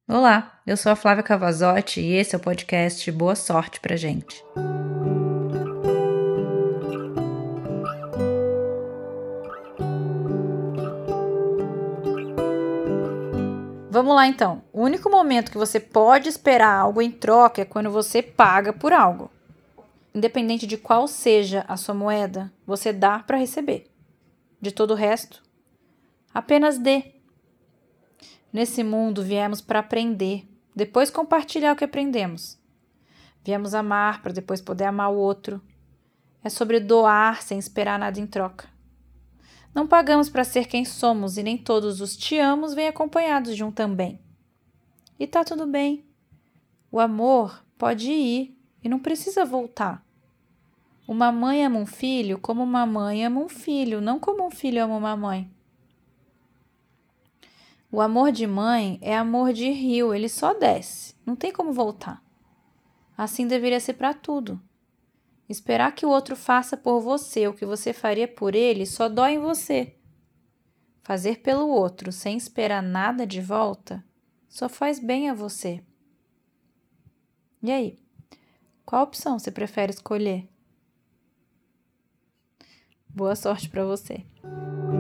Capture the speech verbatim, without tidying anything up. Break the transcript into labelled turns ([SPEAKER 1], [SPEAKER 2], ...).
[SPEAKER 1] Olá, eu sou a Flávia Cavazotti e esse é o podcast Boa Sorte pra gente. Vamos lá então. O único momento que você pode esperar algo em troca é quando você paga por algo. Independente de qual seja a sua moeda, você dá para receber. De todo o resto, apenas dê. Nesse mundo viemos para aprender, depois compartilhar o que aprendemos. Viemos amar para depois poder amar o outro. É sobre doar sem esperar nada em troca. Não pagamos para ser quem somos e nem todos os te amos vêm acompanhados de um também. E tá tudo bem. O amor pode ir e não precisa voltar. Uma mãe ama um filho como uma mãe ama um filho, não como um filho ama uma mãe. O amor de mãe é amor de rio, ele só desce, não tem como voltar. Assim deveria ser para tudo. Esperar que o outro faça por você o que você faria por ele só dói em você. Fazer pelo outro sem esperar nada de volta só faz bem a você. E aí, qual opção você prefere escolher? Boa sorte para você!